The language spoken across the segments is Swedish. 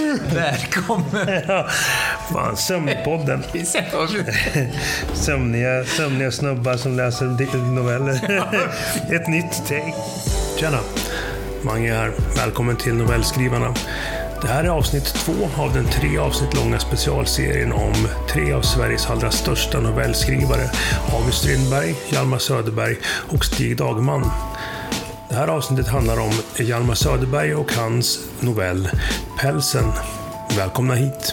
Välkommen. Ja, fan, sömnpodden. Sömniga snubbar som läser noveller. Ett nytt take. Tjena, Mange här. Välkommen till Novellskrivarna. Det här är avsnitt 2 av den 3 avsnitt långa specialserien om 3 av Sveriges allra största novellskrivare. August Strindberg, Hjalmar Söderberg och Stig Dagman. Det här avsnittet handlar om Hjalmar Söderberg och hans novell Pälsen. Välkomna hit.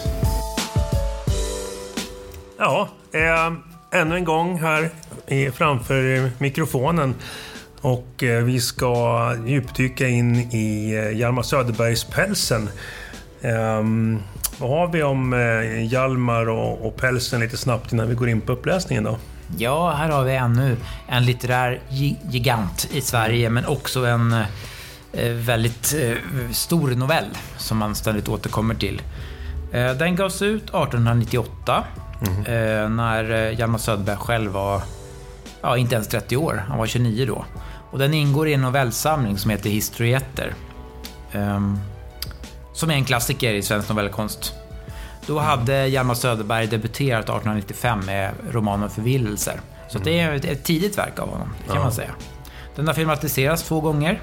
Ja, ännu en gång här framför mikrofonen. Och vi ska djupdyka in i Hjalmar Söderbergs Pälsen. Vad har vi om Hjalmar och Pälsen lite snabbt innan vi går in på uppläsningen då? Ja, här har vi ännu en litterär gigant i Sverige, men också en väldigt stor novell som man ständigt återkommer till. Den gavs ut 1898 när Hjalmar Söderberg själv var inte ens 30 år, han var 29 då. Och den ingår i en novellsamling som heter Historietter, som är en klassiker i svensk novellkonst. Då hade Hjalmar Söderberg debuterat 1895 med romanen Förvillelser. Så det är ett tidigt verk av honom, kan man säga. Den har filmatiserats 2 gånger.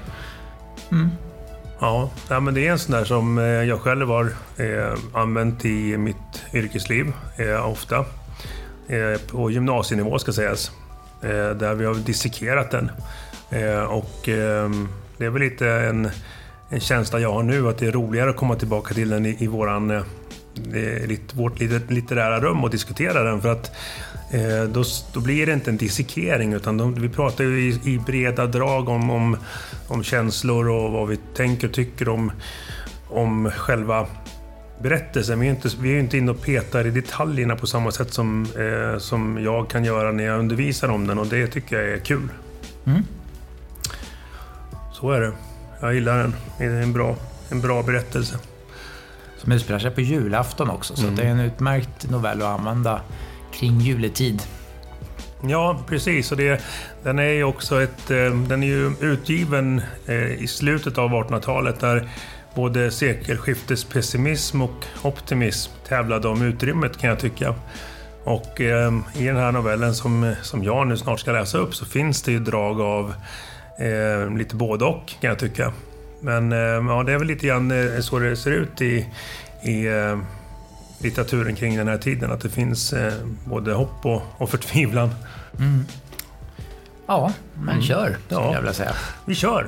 Ja, men det är en sån där som jag själv har använt i mitt yrkesliv ofta. På gymnasienivå ska sägas. Där vi har dissekerat den. Och det är väl lite en känsla jag har nu att det är roligare att komma tillbaka till den i vårt litterära rum och diskutera den, för att då blir det inte en dissekering, utan vi pratar ju i breda drag om känslor och vad vi tänker och tycker om själva berättelsen. Vi är ju inte inne och petar i detaljerna på samma sätt som jag kan göra när jag undervisar om den, och det tycker jag är kul. Så är det. Jag gillar den. Det är en bra berättelse. Som utspelar sig på julafton också, så det är en utmärkt novell att använda kring juletid. Ja, precis. Och den är ju också den är ju utgiven i slutet av 1800-talet, där både sekelskiftespessimism och optimism tävlade om utrymmet, kan jag tycka. Och i den här novellen som jag nu snart ska läsa upp så finns det ju drag av lite både och, kan jag tycka. Men det är väl lite grann så det ser ut i litteraturen kring den här tiden, att det finns både hopp och förtvivlan. Ja, men kör, skulle jag vilja säga. Vi kör!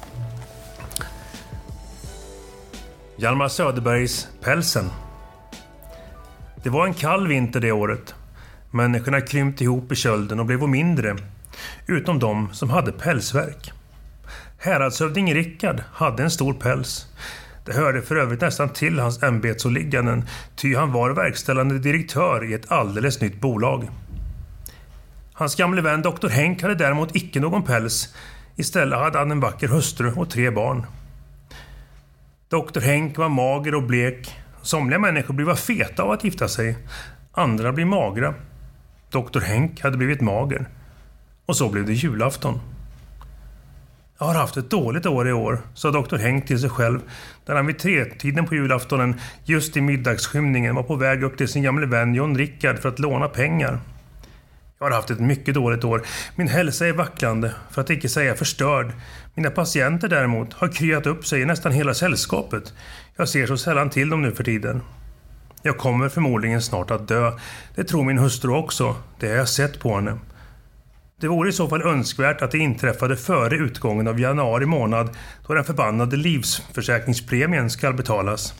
Hjalmar Söderbergs Pälsen. Det var en kall vinter det året. Människorna krympt ihop i kölden och blev mindre, utom de som hade pälsverk. Häradshövding Rickard hade en stor päls. Det hörde för övrigt nästan till hans ämbetsåligganden, ty han var verkställande direktör i ett alldeles nytt bolag. Hans gamle vän Dr. Henk hade däremot icke någon päls. Istället hade han en vacker hustru och 3 barn. Dr. Henk var mager och blek. Somliga människor blev feta av att gifta sig. Andra blev magra. Dr. Henk hade blivit mager. Och så blev det julafton. Jag har haft ett dåligt år i år, sa Dr. Henk till sig själv, när han vid 3-tiden på julaftonen, just i middagsskymningen, var på väg upp till sin gamle vän John Rickard för att låna pengar. Jag har haft ett mycket dåligt år. Min hälsa är vacklande, för att inte säga förstörd. Mina patienter däremot har kryat upp sig i nästan hela sällskapet. Jag ser så sällan till dem nu för tiden. Jag kommer förmodligen snart att dö. Det tror min hustru också. Det har jag sett på henne. Det vore i så fall önskvärt att det inträffade före utgången av januari månad, då den förbannade livsförsäkringspremien ska betalas.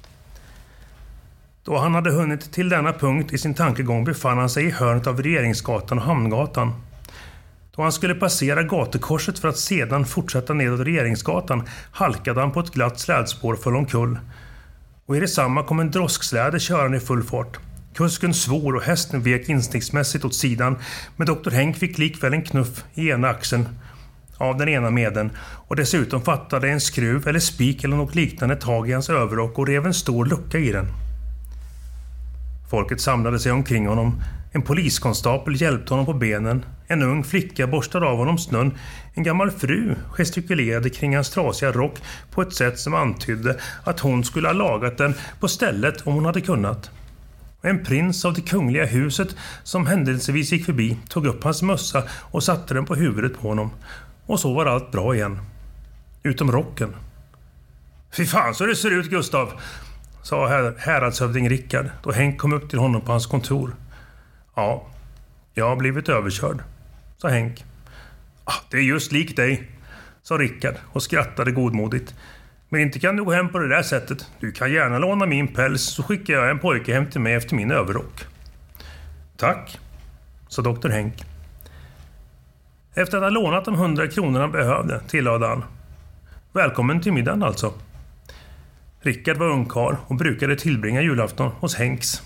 Då han hade hunnit till denna punkt i sin tankegång befann han sig i hörnet av Regeringsgatan och Hamngatan. Då han skulle passera gatukorset för att sedan fortsätta nedåt Regeringsgatan halkade han på ett glatt slädspår och föll omkull. Och i detsamma kom en drosksläde körande i full fart. Kusken svor och hästen vek instinktsmässigt åt sidan, men Dr. Henk fick likväl en knuff i ena axeln av den ena meden, och dessutom fattade en skruv eller spik eller något liknande tag i hans överrock och rev en stor lucka i den. Folket samlade sig omkring honom. En poliskonstapel hjälpte honom på benen. En ung flicka borstade av honom snön. En gammal fru gestikulerade kring hans trasiga rock på ett sätt som antydde att hon skulle ha lagat den på stället om hon hade kunnat. En prins av det kungliga huset som händelsevis gick förbi tog upp hans mössa och satte den på huvudet på honom. Och så var allt bra igen. Utom rocken. Fy fan så det ser ut, Gustav, sa häradshövding Rickard då Henk kom upp till honom på hans kontor. Ja, jag har blivit överkörd, sa Henk. Det är just lik dig, sa Rickard och skrattade godmodigt. Men inte kan du gå hem på det där sättet. Du kan gärna låna min päls så skickar jag en pojke hem till mig efter min överrock. Tack, sa doktor Henk. Efter att ha lånat de 100 kronorna han behövde tillade han. Välkommen till middagen alltså. Rickard var ungkarl och brukade tillbringa julafton hos Henks.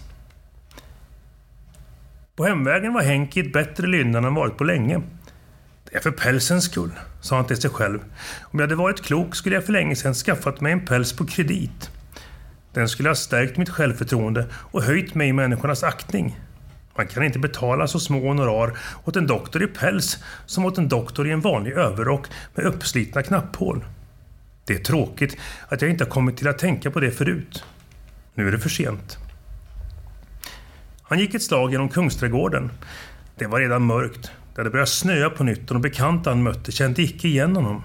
På hemvägen var Henk i ett bättre lynne än han varit på länge. Det är för pälsens skull, sa han till sig själv. Om jag hade varit klok skulle jag för länge sedan skaffat mig en päls på kredit. Den skulle ha stärkt mitt självförtroende och höjt mig i människornas aktning. Man kan inte betala så små honorar åt en doktor i päls som åt en doktor i en vanlig överrock med uppslitna knapphål. Det är tråkigt att jag inte har kommit till att tänka på det förut. Nu är det för sent. Han gick ett slag genom Kungsträdgården. Det var redan mörkt. Det hade börjat snöa på nytt och de bekanta han mötte kände icke igen honom.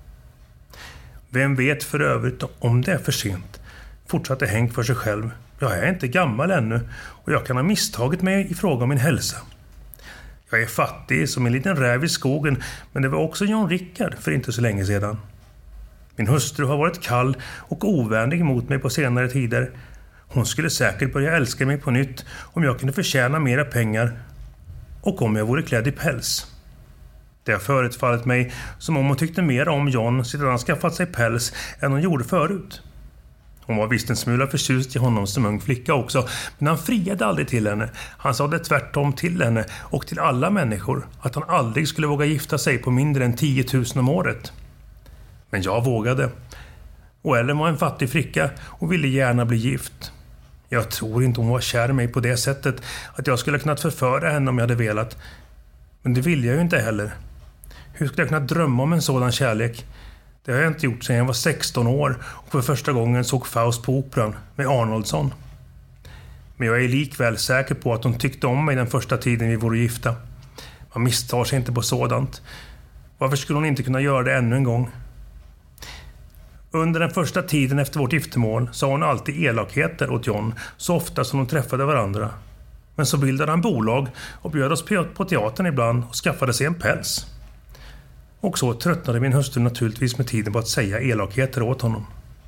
Vem vet för övrigt om det är för sent, fortsatte Henk för sig själv. Jag är inte gammal ännu och jag kan ha misstagit mig i fråga om min hälsa. Jag är fattig som en liten räv i skogen, men det var också John Rickard för inte så länge sedan. Min hustru har varit kall och ovänlig mot mig på senare tider. Hon skulle säkert börja älska mig på nytt om jag kunde förtjäna mera pengar och om jag vore klädd i päls. Det har förutfallit mig som om hon tyckte mer om John sedan han skaffat sig päls än hon gjorde förut. Hon var visst en smula förtjust i honom som ung flicka också, men han friade aldrig till henne. Han sa det tvärtom till henne och till alla människor att han aldrig skulle våga gifta sig på mindre än 10 000 om året. Men jag vågade. Och Ellen var en fattig flicka och ville gärna bli gift. Jag tror inte hon var kär i mig på det sättet att jag skulle kunnat förföra henne om jag hade velat. Men det vill jag ju inte heller. Hur skulle jag kunna drömma om en sådan kärlek? Det har jag inte gjort sedan jag var 16 år och för första gången såg Faust på operan med Arnoldsson. Men jag är likväl säker på att hon tyckte om mig den första tiden vi vore gifta. Man misstar sig inte på sådant. Varför skulle hon inte kunna göra det ännu en gång? Under den första tiden efter vårt giftermål sa hon alltid elakheter åt John så ofta som de träffade varandra. Men så bildade han bolag och bjöd oss på teatern ibland och skaffade sig en päls. Och så tröttnade min hustru naturligtvis med tiden på att säga elakheter åt honom.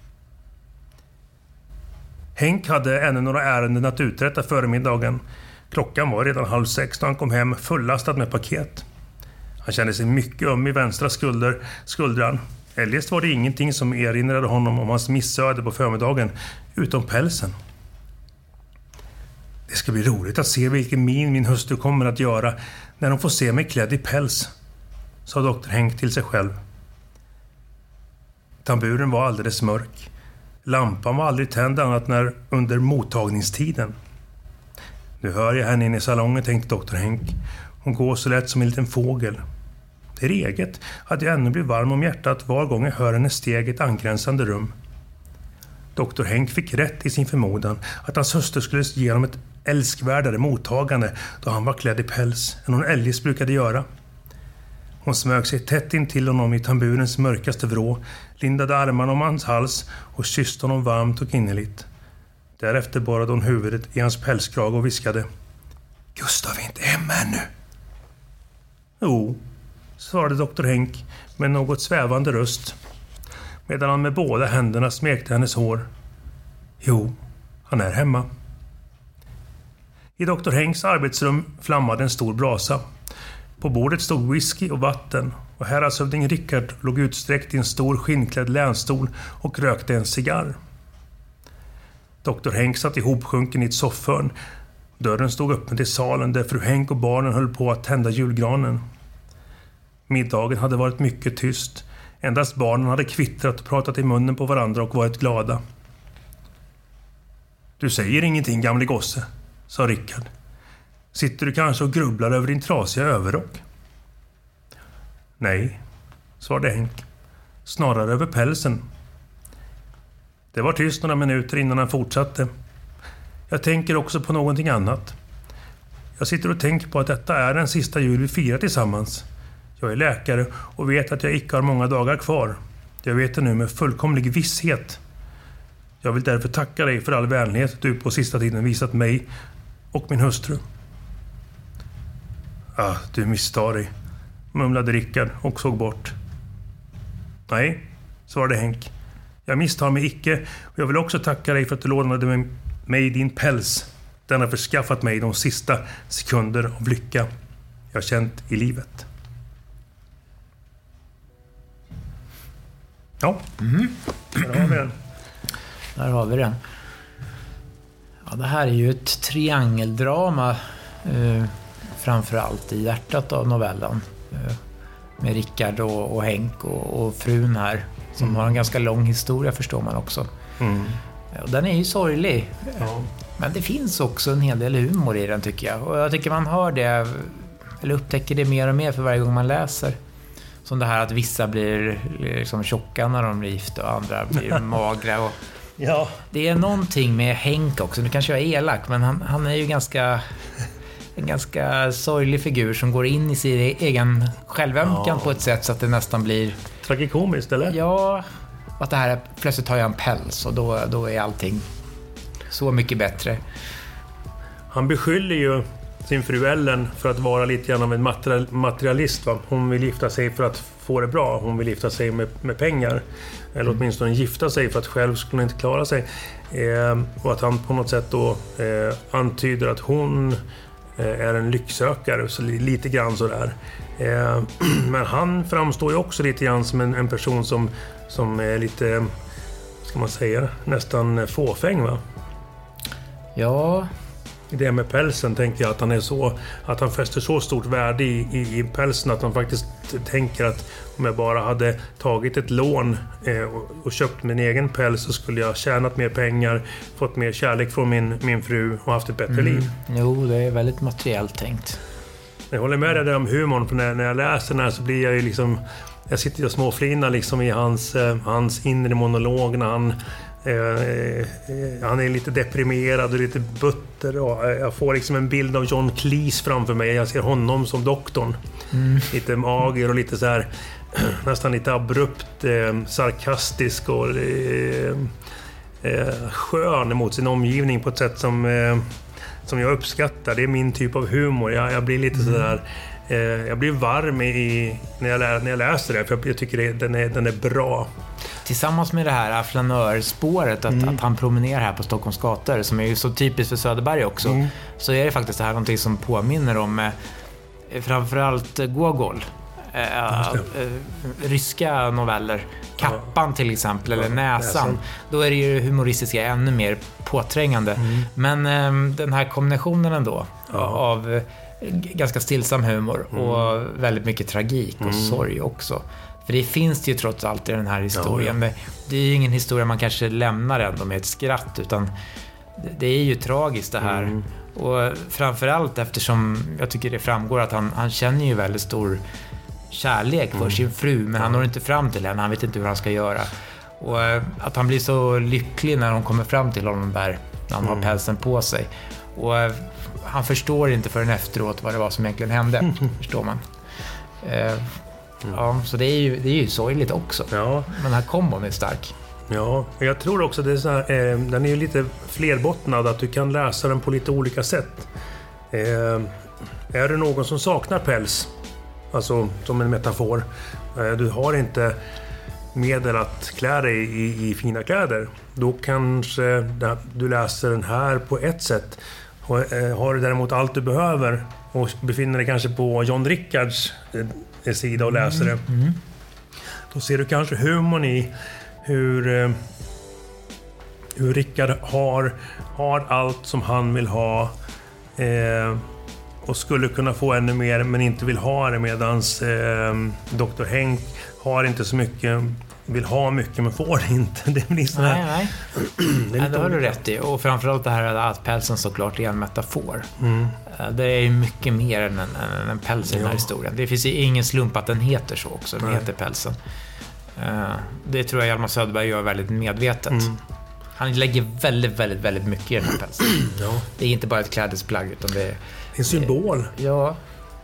Henk hade ännu några ärenden att uträtta före middagen. Klockan var redan 5:30 när han kom hem fullastad med paket. Han kände sig mycket öm i vänstra skuldran. Eljest var det ingenting som erinrade honom om hans missöde på förmiddagen, utom pälsen. Det ska bli roligt att se vilken min hustru kommer att göra när hon får se mig klädd i päls, sa doktor Henk till sig själv. Tamburen var alldeles mörk. Lampan var aldrig tänd annat när under mottagningstiden. Nu hör jag henne in i salongen, tänkte doktor Henk. Hon går så lätt som en liten fågel. Det är eget att jag ännu blir varm om hjärtat var gång jag hör henne steg i ett angränsande rum. Doktor Henk fick rätt i sin förmodan att hans hustru skulle ge honom ett älskvärdare mottagande då han var klädd i päls än hon eljest brukade göra. Hon smög sig tätt in till honom i tamburens mörkaste vrå, lindade armarna om hans hals och kysste honom varmt och innerligt. Därefter borrade hon huvudet i hans pälskrag och viskade: Gustav är inte hemma ännu. Jo, svarade doktor Henk med något svävande röst, medan han med båda händerna smekte hennes hår. Jo, han är hemma. I doktor Henks arbetsrum flammade en stor brasa. På bordet stod whisky och vatten och häradshövding Rickard låg utsträckt i en stor skinnklädd länstol och rökte en cigarr. Doktor Henk satt ihopsjunken i ett soffhörn. Dörren stod öppen till salen där fru Henk och barnen höll på att tända julgranen. Middagen hade varit mycket tyst. Endast barnen hade kvittrat och pratat i munnen på varandra och varit glada. Du säger ingenting, gamle gosse, sa Rickard. Sitter du kanske och grubblar över din trasiga överrock? Nej, svarade Henk. Snarare över pälsen. Det var tyst några minuter innan han fortsatte. Jag tänker också på någonting annat. Jag sitter och tänker på att detta är den sista jul vi firar tillsammans. Jag är läkare och vet att jag icke har många dagar kvar. Jag vet det nu med fullkomlig visshet. Jag vill därför tacka dig för all vänlighet du på sista tiden visat mig och min hustru. Du misstar dig, mumlade Rickard och såg bort. Nej, svarade Henk. Jag misstar mig icke och jag vill också tacka dig för att du lånade mig din päls. Den har förskaffat mig de sista sekunder av lycka jag känt i livet. Ja, där har vi den. Där har vi den. Ja, det här är ju ett triangeldrama framförallt i hjärtat av novellen. Med Rickard och Henk och frun här. Som har en ganska lång historia, förstår man också. Och den är ju sorglig. Ja. Men det finns också en hel del humor i den, tycker jag. Och jag tycker man hör det, eller upptäcker det mer och mer för varje gång man läser. Som det här att vissa blir liksom tjocka när de blir gifta och andra blir magra. Och ja. Det är någonting med Henk också. Nu kanske jag är elak, men han är ju en ganska sorglig figur som går in i sin egen självömkan på ett sätt så att det nästan blir... Tragikomiskt, eller? Ja, att det här plötsligt har jag en päls och då är allting så mycket bättre. Han beskyller ju sin fru Ellen för att vara lite grann av en materialist. Va? Hon vill gifta sig för att få det bra. Hon vill gifta sig med pengar. Eller åtminstone gifta sig för att själv skulle inte klara sig. Och att han på något sätt då antyder att hon är en lycksökare. Så lite grann sådär. Men han framstår ju också lite grann som en person som är lite, ska man säga, nästan fåfäng, va? Ja. Det med pälsen tänker jag att han är så, att han fäster så stort värde i pälsen att han faktiskt tänker att om jag bara hade tagit ett lån och köpt min egen päls så skulle jag tjänat mer pengar, fått mer kärlek från min fru och haft ett bättre liv. Jo, det är väldigt materiellt tänkt. Jag håller med dig om humorn, för när jag läser den här så blir jag ju liksom, jag sitter och småflinar liksom i hans inre monolog när han är lite deprimerad och lite butter och jag får liksom en bild av John Cleese framför mig. Jag ser honom som doktorn. Lite mager och lite så här nästan lite abrupt sarkastisk och skön mot sin omgivning på ett sätt som jag uppskattar. Det är min typ av humor. Jag blir lite sådär, jag blir varm när jag läser det, för jag tycker den är bra. Tillsammans med det här flanörspåret att han promenerar här på Stockholms gator, som är ju så typiskt för Söderberg också, så är det faktiskt det här någonting som påminner om framförallt Gogol. Ryska noveller. Kappan till exempel, eller Näsan. Då är det ju humoristiska ännu mer påträngande. Men den här kombinationen ändå av ganska stillsam humor och väldigt mycket tragik och sorg också. För det finns det ju trots allt i den här historien. Det är ju ingen historia man kanske lämnar ändå med ett skratt, utan det är ju tragiskt det här. Och framförallt eftersom jag tycker det framgår att han känner ju väldigt stor kärlek för sin fru, men han når inte fram till henne, han vet inte hur han ska göra. Och att han blir så lycklig när hon kommer fram till honom där, när han har pälsen på sig. Och han förstår inte förrän efteråt vad det var som egentligen hände, förstår man. Ja, så det är ju sorgligt också. Ja. Men den här kombon är stark. Ja, jag tror också det är så här, den är ju lite flerbottnad, att du kan läsa den på lite olika sätt. Är det någon som saknar päls, alltså som en metafor, du har inte medel att klä dig i fina kläder, då kanske du läser den här på ett sätt. Har du däremot allt du behöver och befinner dig kanske på John Rickards sida och läser det, då ser du kanske humorn i hur Rickard har allt som han vill ha och skulle kunna få ännu mer men inte vill ha det, medans Dr. Henk har inte så mycket, vill ha mycket men får det inte. Det blir sån här... Nej. Det har du rätt i. Och framförallt det här att pälsen såklart är en metafor. Det är ju mycket mer än en päls i den här historien. Det finns ju ingen slump att den heter så också. Den heter pälsen. Det tror jag Hjalmar Söderberg gör väldigt medvetet. Han lägger väldigt, väldigt, väldigt mycket i den här pälsen. Ja. Det är inte bara ett klädesplagg utan det är en symbol. Ja.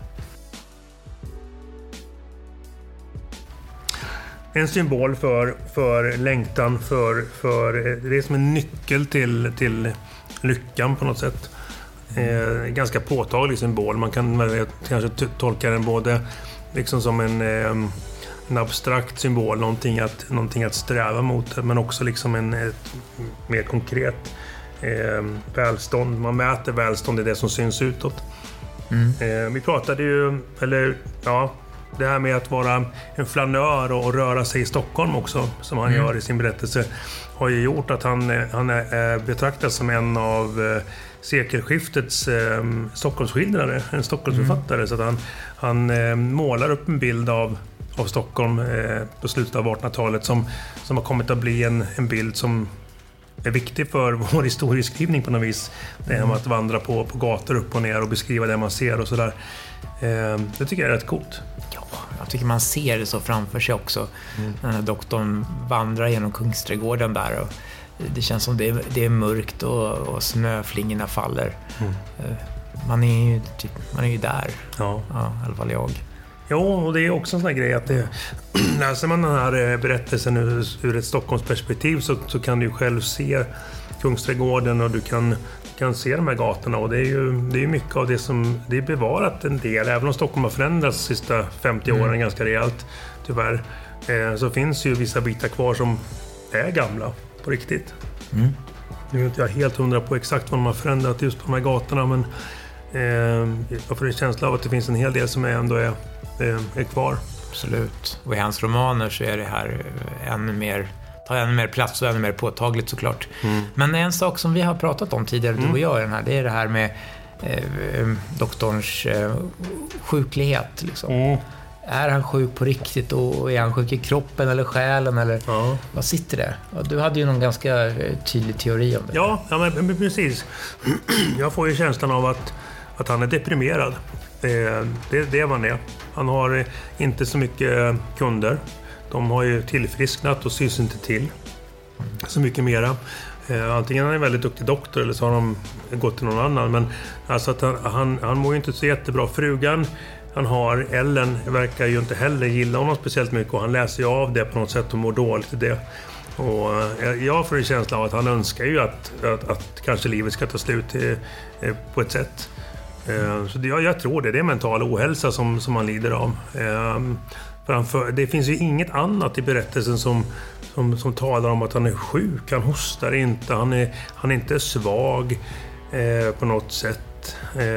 En symbol för längtan, för det är som en nyckel till lyckan på något sätt. Ganska påtaglig symbol. Man kan kanske tolka den både liksom som en abstrakt symbol, någonting att sträva mot, men också liksom ett mer konkret välstånd. Man mäter välstånd i det som syns utåt. Vi pratade ju, det här med att vara en flanör och röra sig i Stockholm också, som han gör i sin berättelse, har ju gjort att han är betraktad som en av sekelskiftets Stockholmsskildrare, en Stockholmsförfattare. Så att han målar upp en bild av Stockholm på slutet av 1800-talet som har kommit att bli en bild som är viktig för vår historieskrivning på något vis. Det är att vandra på gator upp och ner och beskriva det man ser och sådär. Det tycker jag är rätt coolt. Ja, jag tycker man ser det så framför sig också. Den här doktorn vandrar genom Kungsträdgården där och det känns som det är mörkt och snöflingorna faller. Man är ju där. Ja, i alla fall jag. Ja, och det är också en sån här grej att läser man den här berättelsen ur ett Stockholmsperspektiv så kan du ju själv se Kungsträdgården och du kan se de här gatorna, och det är ju mycket av det som det är bevarat en del, även om Stockholm har förändrats de sista 50 åren ganska rejält tyvärr, så finns ju vissa bitar kvar som är gamla på riktigt. Nu är inte jag helt hundra på exakt vad de har förändrat just på de här gatorna, men jag får en känsla av att det finns en hel del som ändå är kvar. Absolut. Och i hans romaner så är det här tar ännu mer plats och ännu mer påtagligt såklart. Men en sak som vi har pratat om tidigare, du och jag i den här, det är det här med doktorns sjuklighet liksom. Är han sjuk på riktigt och är han sjuk i kroppen eller själen eller vad sitter det? Du hade ju någon ganska tydlig teori om det. Ja, men precis. Jag får ju känslan av att han är deprimerad. Det är vad han är. Han har inte så mycket kunder. De har ju tillfrisknat och syns inte till så mycket mera. Antingen är han en väldigt duktig doktor eller så har de gått till någon annan. Men alltså att han mår ju inte så jättebra. Frugan han har, Ellen, verkar ju inte heller gilla honom speciellt mycket, och han läser ju av det på något sätt och mår dåligt i det. Och jag får en känsla av att han önskar ju att kanske livet ska ta slut på ett sätt. Så jag tror det är mental ohälsa som han lider av. Det finns ju inget annat i berättelsen som talar om att han är sjuk. Han hostar inte, han är inte svag på något sätt.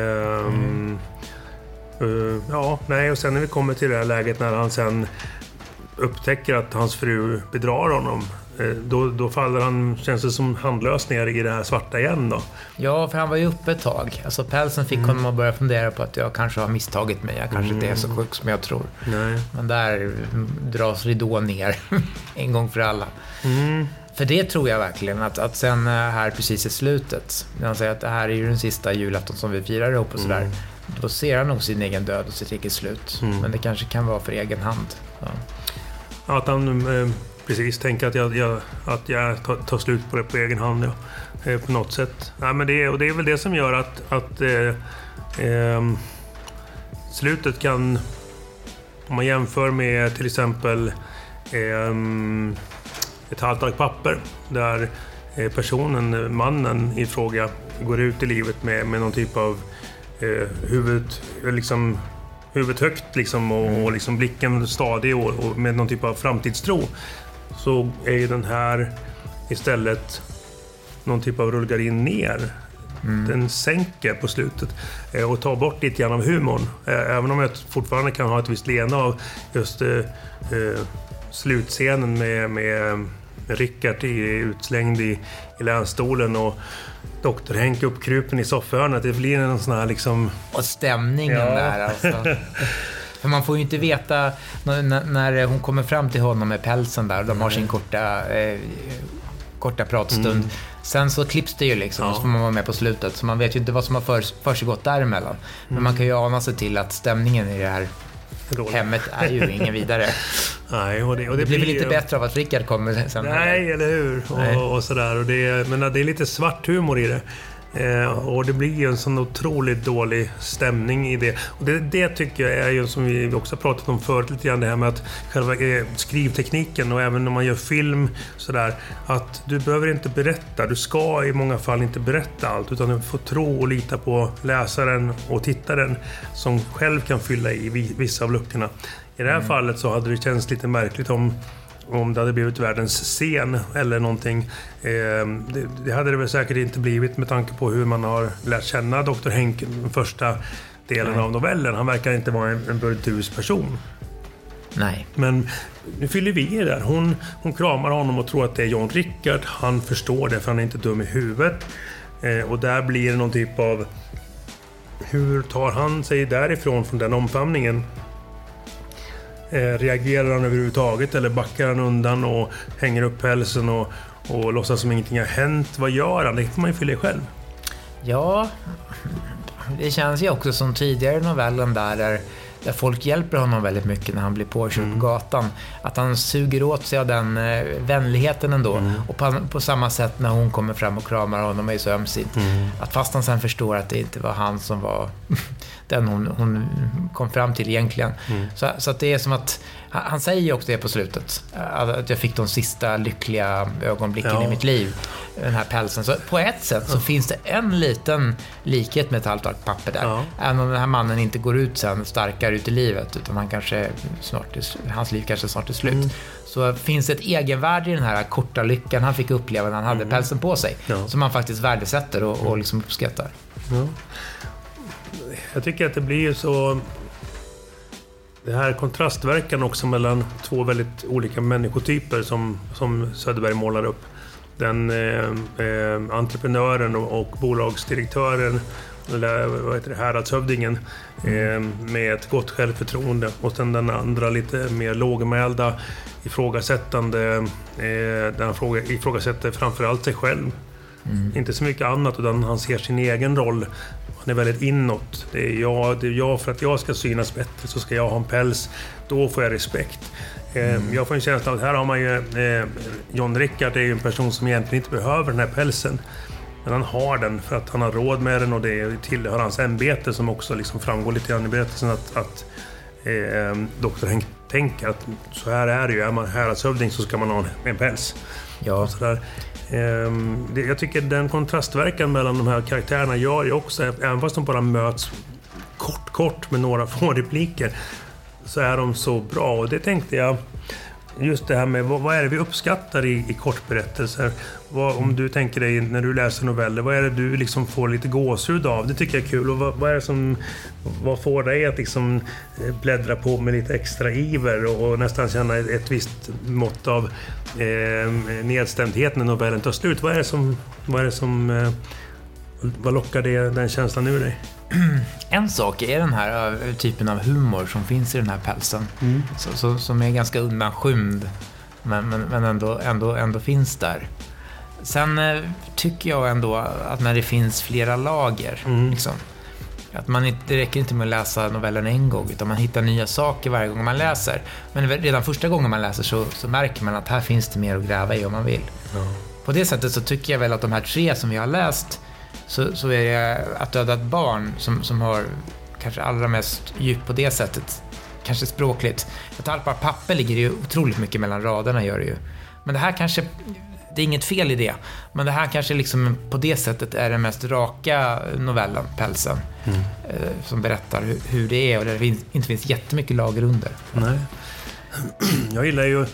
Och sen när vi kommer till det här läget när han sen upptäcker att hans fru bedrar honom, då faller han, känns det som, handlös ner i det här svarta igen då. Ja, för han var ju uppe ett tag. Alltså pälsen fick honom att börja fundera på att jag kanske har misstagit mig. Jag kanske inte är så sjuk som jag tror. Nej. Men där dras ridån ner en gång för alla. För det tror jag verkligen att sen här precis i slutet, när han säger att det här är ju den sista julafton som vi firar ihop och sådär, då ser han nog sin egen död och sitt eget slut. Men det kanske kan vara för egen hand. Ja, att han precis tänker att jag tar slut på det på egen hand på något sätt. Nej, men det är väl det som gör att slutet kan, om man jämför med till exempel ett halvt ark papper där mannen i fråga går ut i livet med någon typ av huvudet högt liksom, och liksom blicken stadig och med någon typ av framtidstro, så är ju den här istället någon typ av rullgardin ner. Den sänker på slutet och tar bort lite grann av humorn, även om jag fortfarande kan ha ett visst leende av just slutscenen med Rickard utslängd i länstolen och doktor Henke uppkrupen i soffhörnet. Det blir en sån här liksom... Och stämningen där alltså. För man får ju inte veta när hon kommer fram till honom med pälsen där. De har sin korta pratstund. Sen så klipps det ju liksom, så får man vara med på slutet. Så man vet ju inte vad som har försiggått däremellan. Men man kan ju ana sig till att stämningen i det här hemmet är ju ingen vidare. Nej, och det blir väl lite bättre av att Rickard kommer sen. Nej, eller hur? Och sådär. Och det är lite svart humor i det. Och det blir ju en sån otroligt dålig stämning i det. Och det tycker jag är ju, som vi också pratat om förut lite grann, det här med att själva skrivtekniken, och även när man gör film sådär, att du behöver inte berätta, du ska i många fall inte berätta allt, utan du får tro och lita på läsaren och tittaren som själv kan fylla i vissa av luckorna. I det här fallet så hade det känts lite märkligt om det hade blivit världens scen eller någonting. Det hade det väl säkert inte blivit med tanke på hur man har lärt känna Dr. Henk den första delen av novellen. Han verkar inte vara en burdus person. Nej. Men nu fyller vi i där. Hon kramar honom och tror att det är John Rickard. Han förstår det för han är inte dum i huvudet. Och där blir det någon typ av... Hur tar han sig därifrån från den omfamningen? Reagerar han överhuvudtaget eller backar han undan och hänger upp pälsen och låtsas som ingenting har hänt? Vad gör han? Det får man ju fylla i själv. Ja, det känns ju också som tidigare novellen där folk hjälper honom väldigt mycket när han blir påkörd på gatan. Att han suger åt sig av den vänligheten ändå. Och på samma sätt när hon kommer fram och kramar honom är så ömsint. Att fast han sen förstår att det inte var han som var den hon kom fram till egentligen. Så att det är som att han säger ju också det på slutet. Att jag fick de sista lyckliga ögonblicken i mitt liv. Den här pälsen. Så på ett sätt så finns det en liten likhet med ett halvt ark papper där. Även om den här mannen inte går ut sen starkare ut i livet, utan hans liv kanske snart är slut. Så finns det ett egenvärde i den här korta lyckan han fick uppleva när han hade pälsen på sig. Som han faktiskt värdesätter och liksom uppskattar. Jag tycker att det blir ju så... Det här kontrastverkan också mellan två väldigt olika människotyper som Söderberg målar upp. Den entreprenören och bolagsdirektören, eller häradshövdingen, med ett gott självförtroende, och sen den andra lite mer lågmälda, ifrågasättande, där han ifrågasätter framförallt sig själv. Inte så mycket annat, utan han ser sin egen roll. Han är väldigt inåt. Det är jag för att jag ska synas bättre så ska jag ha en päls. Då får jag respekt. Jag får en känsla av att här har man ju... John Rickard är ju en person som egentligen inte behöver den här pälsen. Men han har den för att han har råd med den, och det tillhör hans ämbete, som också liksom framgår lite grann i berättelsen att Dr. Henk tänker att så här är det ju. Är man häradshövding så ska man ha en päls. Ja. Jag tycker den kontrastverkan mellan de här karaktärerna gör ju också, även fast de bara möts kort med några få repliker, så är de så bra. Och det tänkte jag, just det här med vad är det vi uppskattar i kortberättelser. Om du tänker dig när du läser noveller, vad är det du liksom får lite gåshud av? Det tycker jag är kul. Och vad är det vad får dig att liksom bläddra på med lite extra iver och nästan känna ett visst mått av nedstämdhet när novellen tar slut? Vad lockar den känslan ur dig? En sak är den här typen av humor som finns i den här pälsen, som är ganska undanskymd, men ändå finns där. Sen tycker jag ändå att när det finns flera lager, liksom, att det räcker inte med att läsa novellen en gång, utan man hittar nya saker varje gång man läser. Men redan första gången man läser så märker man att här finns det mer att gräva i om man vill. På det sättet så tycker jag väl att de här 3 som vi har läst, så är det Att döda ett barn som har kanske allra mest djup på det sättet, kanske språkligt. Ett halvt par papper ligger ju otroligt mycket mellan raderna, gör det ju. Men det här kanske, det är inget fel i det, men det här kanske liksom på det sättet är den mest raka novellen, Pälsen, som berättar hur det är, och där det inte finns jättemycket lager under. Nej. Jag gillar ju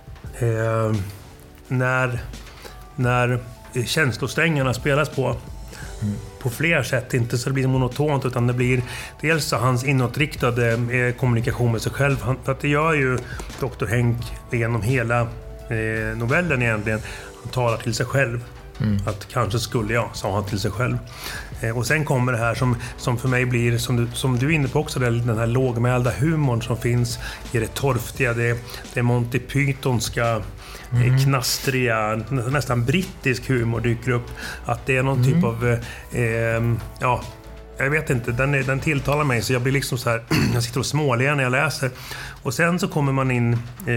när känslosträngarna spelas på fler sätt, inte så det blir monotont, utan det blir dels hans inåtriktade kommunikation med sig själv. För att det gör ju Dr. Henk genom hela novellen egentligen. Han talar till sig själv. Att kanske skulle jag, sa han till sig själv. Och sen kommer det här som för mig blir, som du är inne på också, den här lågmälda humorn som finns i det torftiga, det Monty Pythonska, knastriga, nästan brittisk humor dyker upp. Att det är någon typ av, jag vet inte, den tilltalar mig, så jag blir liksom så här, jag sitter och småler när jag läser. Och sen så kommer man in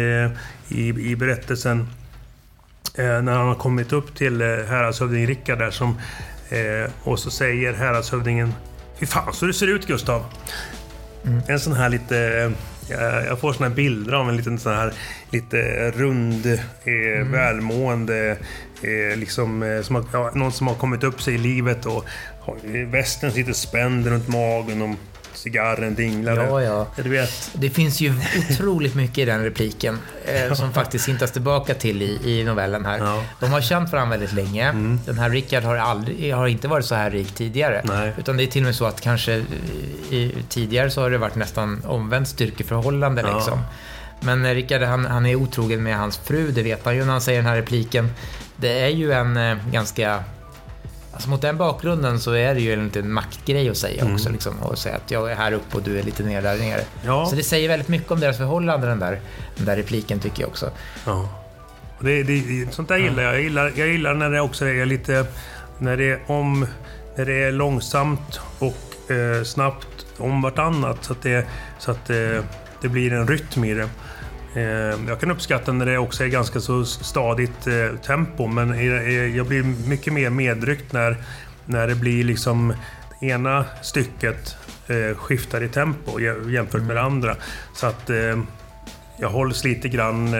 i berättelsen när han har kommit upp till häradshövding Rickard där och så säger häradshövdingen: fy fan så det ser ut, Gustav. En sån här lite, jag får såna här bilder av en liten sån här lite rund, välmående, liksom som någon som har kommit upp sig i livet och västen sitter spänd runt magen och cigarren dinglar. Ja. Du vet. Det finns ju otroligt mycket i den repliken som faktiskt hintas tillbaka till i novellen här. Ja. De har känt varandra väldigt länge. Den här Rickard har inte varit så här rik tidigare. Nej. Utan det är till och med så att kanske tidigare så har det varit nästan omvänt styrkeförhållande liksom. Men Rickard han är otrogen med hans fru, det vet han ju när han säger den här repliken. Det är ju en ganska... Alltså mot den bakgrunden så är det ju en liten maktgrej att säga också liksom, och säga att jag är här uppe och du är lite ner där nere. Ja. Så det säger väldigt mycket om deras förhållande, den där repliken, tycker jag också. Ja. Sånt där gillar jag. Jag gillar när det också är lite, när det är långsamt och snabbt om vartannat, så att det blir en rytm i det. Jag kan uppskatta när det också är ganska så stadigt tempo, men jag blir mycket mer medryckt när det blir liksom ena stycket skiftar i tempo jämfört med det andra, så att jag hålls lite grann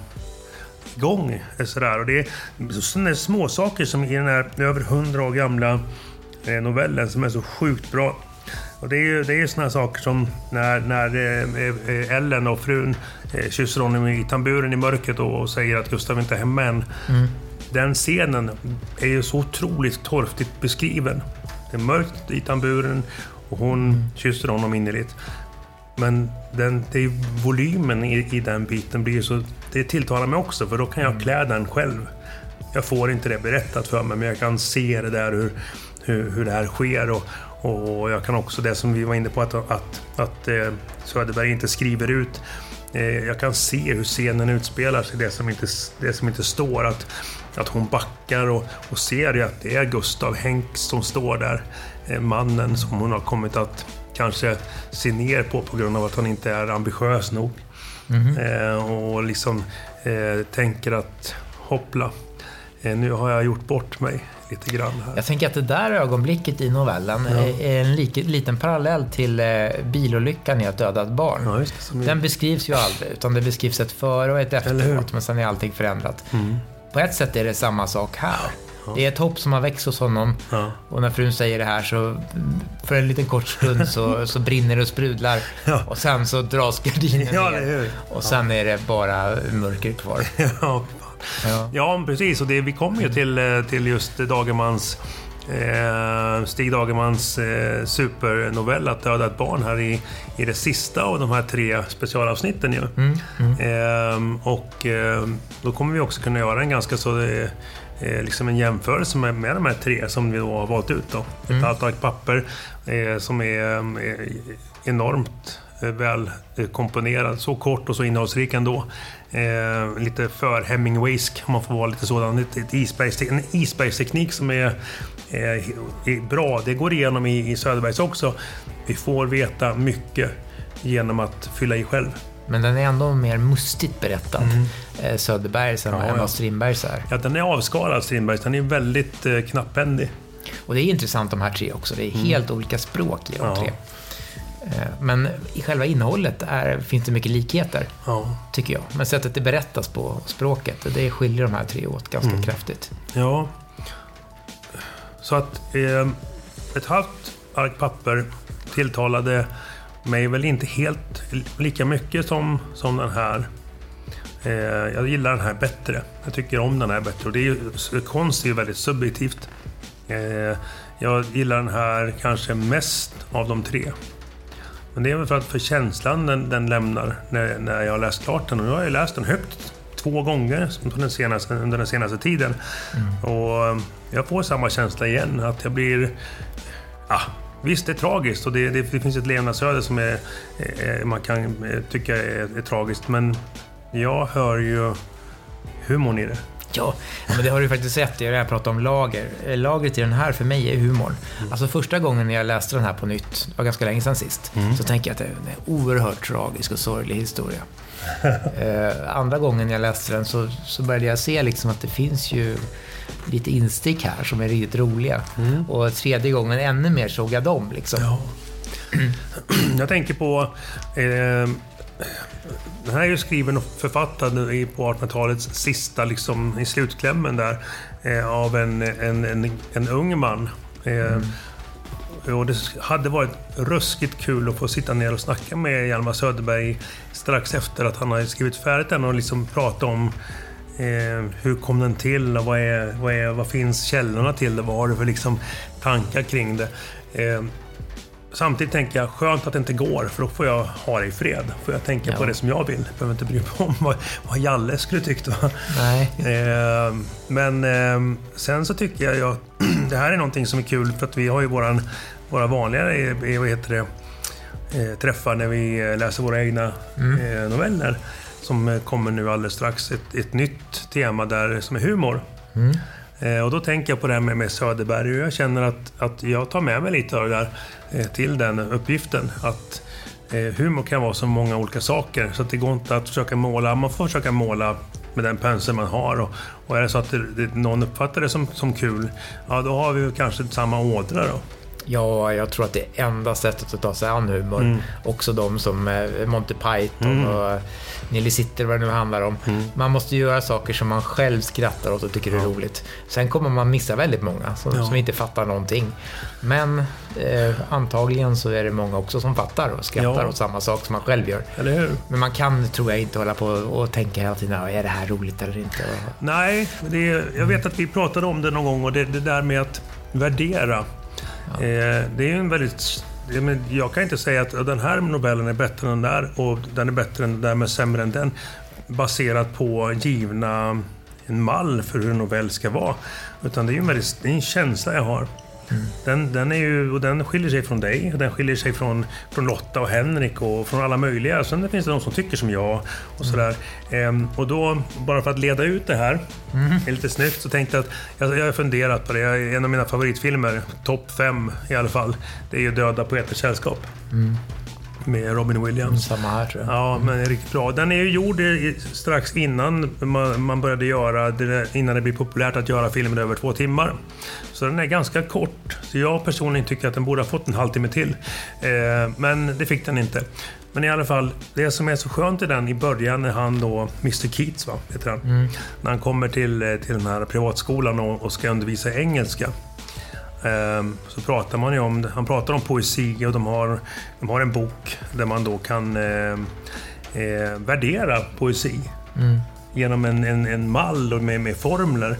igång sådär. Och det är sådana små saker som i den här över 100 år gamla novellen som är så sjukt bra. Och det är såna saker som när Ellen och frun kysser honom i tamburen i mörkret och säger att Gustav inte är hemma än. Den scenen är ju så otroligt torftigt beskriven. Det är mörkt i tamburen och hon kysser honom innerligt. Men det är volymen i den biten blir så, det tilltalar mig också, för då kan jag klä den själv. Jag får inte det berättat för mig, men jag kan se det där hur det här sker, och jag kan också, det som vi var inne på, att Söderberg inte skriver ut. Jag kan se hur scenen utspelar sig, det som inte står, att hon backar och ser att det är Gustav Henk som står där, mannen som hon har kommit att kanske se ner på grund av att han inte är ambitiös nog. Och liksom tänker att hoppla, nu har jag gjort bort mig lite grann här. Jag tänker att det där ögonblicket i novellen är en liten parallell till bilolyckan i att döda ett barn. Ja, just det, den beskrivs ju aldrig, utan det beskrivs ett före och ett efteråt, men sen är allting förändrat. På ett sätt är det samma sak här. Det är ett hopp som har växt hos honom, och när frun säger det här så för en liten kort stund så brinner det och sprudlar, och sen så dras gardinen ner och sen är det bara mörker kvar. Ja, precis, och vi kommer ju till just Stig Dagermans supernovell Att döda ett barn här i det sista av de här 3 specialavsnitten ju. Och då kommer vi också kunna göra en ganska så liksom en jämförelse med de här 3 som vi då har valt ut då. Ett halvt ark papper som är enormt väl komponerad, så kort och så innehållsrik ändå. Lite för Hemingwaysk, om man får vara lite sådan. En isbergsteknik som är bra. Det går igenom i Söderbergs också. Vi får veta mycket genom att fylla i själv. Men den är ändå mer mustigt berättad, Söderbergs än vad Strindbergs är. Ja, den är avskalad, Strindbergs. Den är väldigt knapphändig. Och det är intressant, de här 3 också. Det är helt olika språk i de 3. Men i själva innehållet finns det mycket likheter, tycker jag. Men sättet det berättas på, språket, det skiljer de här 3 åt ganska kraftigt. Ja. Så att ett halvt ark papper tilltalade mig väl inte helt lika mycket som den här. Jag gillar den här bättre. Jag tycker om den här bättre. Och det är ju, konst är ju väldigt subjektivt. Jag gillar den här kanske mest av de 3. Men det är väl för känslan den lämnar när jag har läst klart den. Och nu har jag läst den högt 2 gånger under den senaste tiden. Och jag får samma känsla igen, att jag blir... Visst, det är tragiskt och det finns ett levnadsöde som man kan tycka är tragiskt, men jag hör ju humorn i det. Ja, men det har du faktiskt sett. Jag pratar om lager. Lagret i den här för mig är humorn. Alltså första gången jag läste den här på nytt, det var ganska länge sedan sist, så tänkte jag att det är en oerhört tragisk och sorglig historia. Andra gången jag läste den så började jag se liksom att det finns ju lite instick här som är riktigt roliga. Och tredje gången ännu mer såg jag dem liksom. Ja. Jag tänker på den här är ju skriven och författad på 1800-talets sista, liksom i slutklämmen där, av en ung man. Och det hade varit ruskigt kul att få sitta ner och snacka med Hjalmar Söderberg strax efter att han har skrivit färdigt den och liksom prata om hur kom den till och vad finns källorna till det, vad har du för liksom tankar kring det. Samtidigt tänker jag, skönt att det inte går, för då får jag ha det i fred. Får jag tänka på det som jag vill. Jag behöver inte bry mig om vad Jalle skulle tyckt. Nej. Men sen så tycker jag det här är någonting som är kul, för att vi har ju våra vanliga träffar när vi läser våra egna noveller. Som kommer nu alldeles strax, ett nytt tema där som är humor. Och då tänker jag på det här med Söderberg, och jag känner att jag tar med mig lite av det där till den uppgiften, att humor kan vara så många olika saker, så att det går inte att försöka måla, man får försöka måla med den pensel man har, och är det så att någon uppfattar det som kul, ja då har vi kanske samma ådra då. Ja, jag tror att det är enda sättet att ta sig an humor. Också de som Monty Python och Nilly Sitter, vad det nu handlar om. Man måste göra saker som man själv skrattar åt och tycker är roligt. Sen kommer man missa väldigt många som inte fattar någonting. Men antagligen så är det många också som fattar och skrattar åt samma sak som man själv gör. Eller hur? Men man kan, tror jag, inte hålla på och tänka hela tiden, är det här roligt eller inte? Nej, jag vet att vi pratade om det någon gång, och det där med att värdera. Det är ju en väldigt... Jag kan inte säga att den här novellen är bättre än den där, och den är bättre än den där men sämre än den, baserat på givna en mall för hur en novell ska vara. Utan det är ju en känsla jag har. Den är ju, och den skiljer sig från dig, och den skiljer sig från Lotta och Henrik och från alla möjliga. Sen finns det de som tycker som jag och sådär. Och då, bara för att leda ut det här är lite snyggt, så tänkte jag att jag har funderat på det. En av mina favoritfilmer, topp 5 i alla fall, det är ju Döda poeters sällskap. Med Robin Williams. Samma här, tror jag. Ja, men riktigt bra. Den är ju gjord strax innan man började göra det, innan det blev populärt att göra filmer över 2 timmar. Så den är ganska kort. Så jag personligen tycker att den borde ha fått en halvtimme till. Men det fick den inte. Men i alla fall, det som är så skönt i den i början, när han då, Mr. Keats heter han, när han kommer till den här privatskolan och ska undervisa engelska. Så pratar man ju om, han pratar om poesi, och de har en bok där man då kan värdera poesi genom en mall och med formler,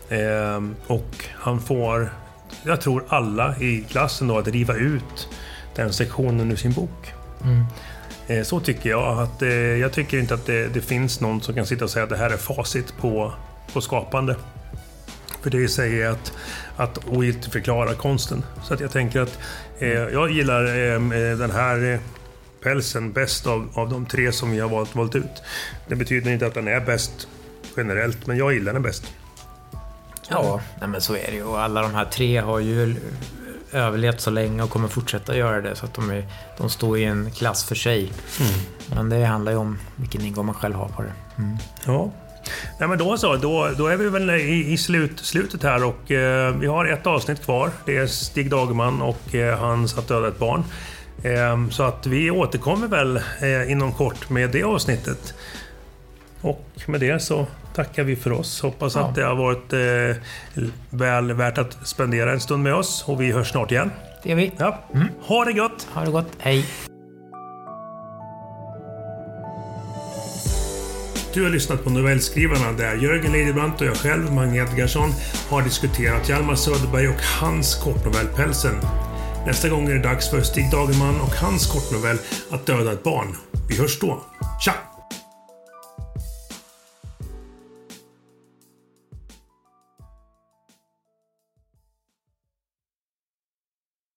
och han får, jag tror alla i klassen då, att riva ut den sektionen ur sin bok. Så tycker jag att jag tycker inte att det finns någon som kan sitta och säga att det här är facit på skapande. För det säger att förklara konsten. Så att jag tänker att jag gillar den här pälsen bäst av de 3 som vi har valt ut. Det betyder inte att den är bäst generellt, men jag gillar den bäst. Ja, men så är det ju. Och alla de här 3 har ju överlevt så länge och kommer fortsätta göra det, så att de står i en klass för sig. Men det handlar ju om vilken ingång man själv har på det. Ja. Nej, men då är vi väl i slutet här, och vi har ett avsnitt kvar. Det är Stig Dagerman och hans Att döda ett barn. Så att vi återkommer väl inom kort med det avsnittet. Och med det så tackar vi för oss. Hoppas att det har varit väl värt att spendera en stund med oss, och vi hörs snart igen. Det gör vi. Ja. Ha det gott! Ha det gott, hej! Du har lyssnat på Novellskrivarna, där Jörgen Leidebrant och jag själv, Magne Edgarsson, har diskuterat Hjalmar Söderberg och hans kortnovell Pälsen. Nästa gång är det dags för Stig Dagerman och hans kortnovell Att döda ett barn. Vi hörs då. Tja!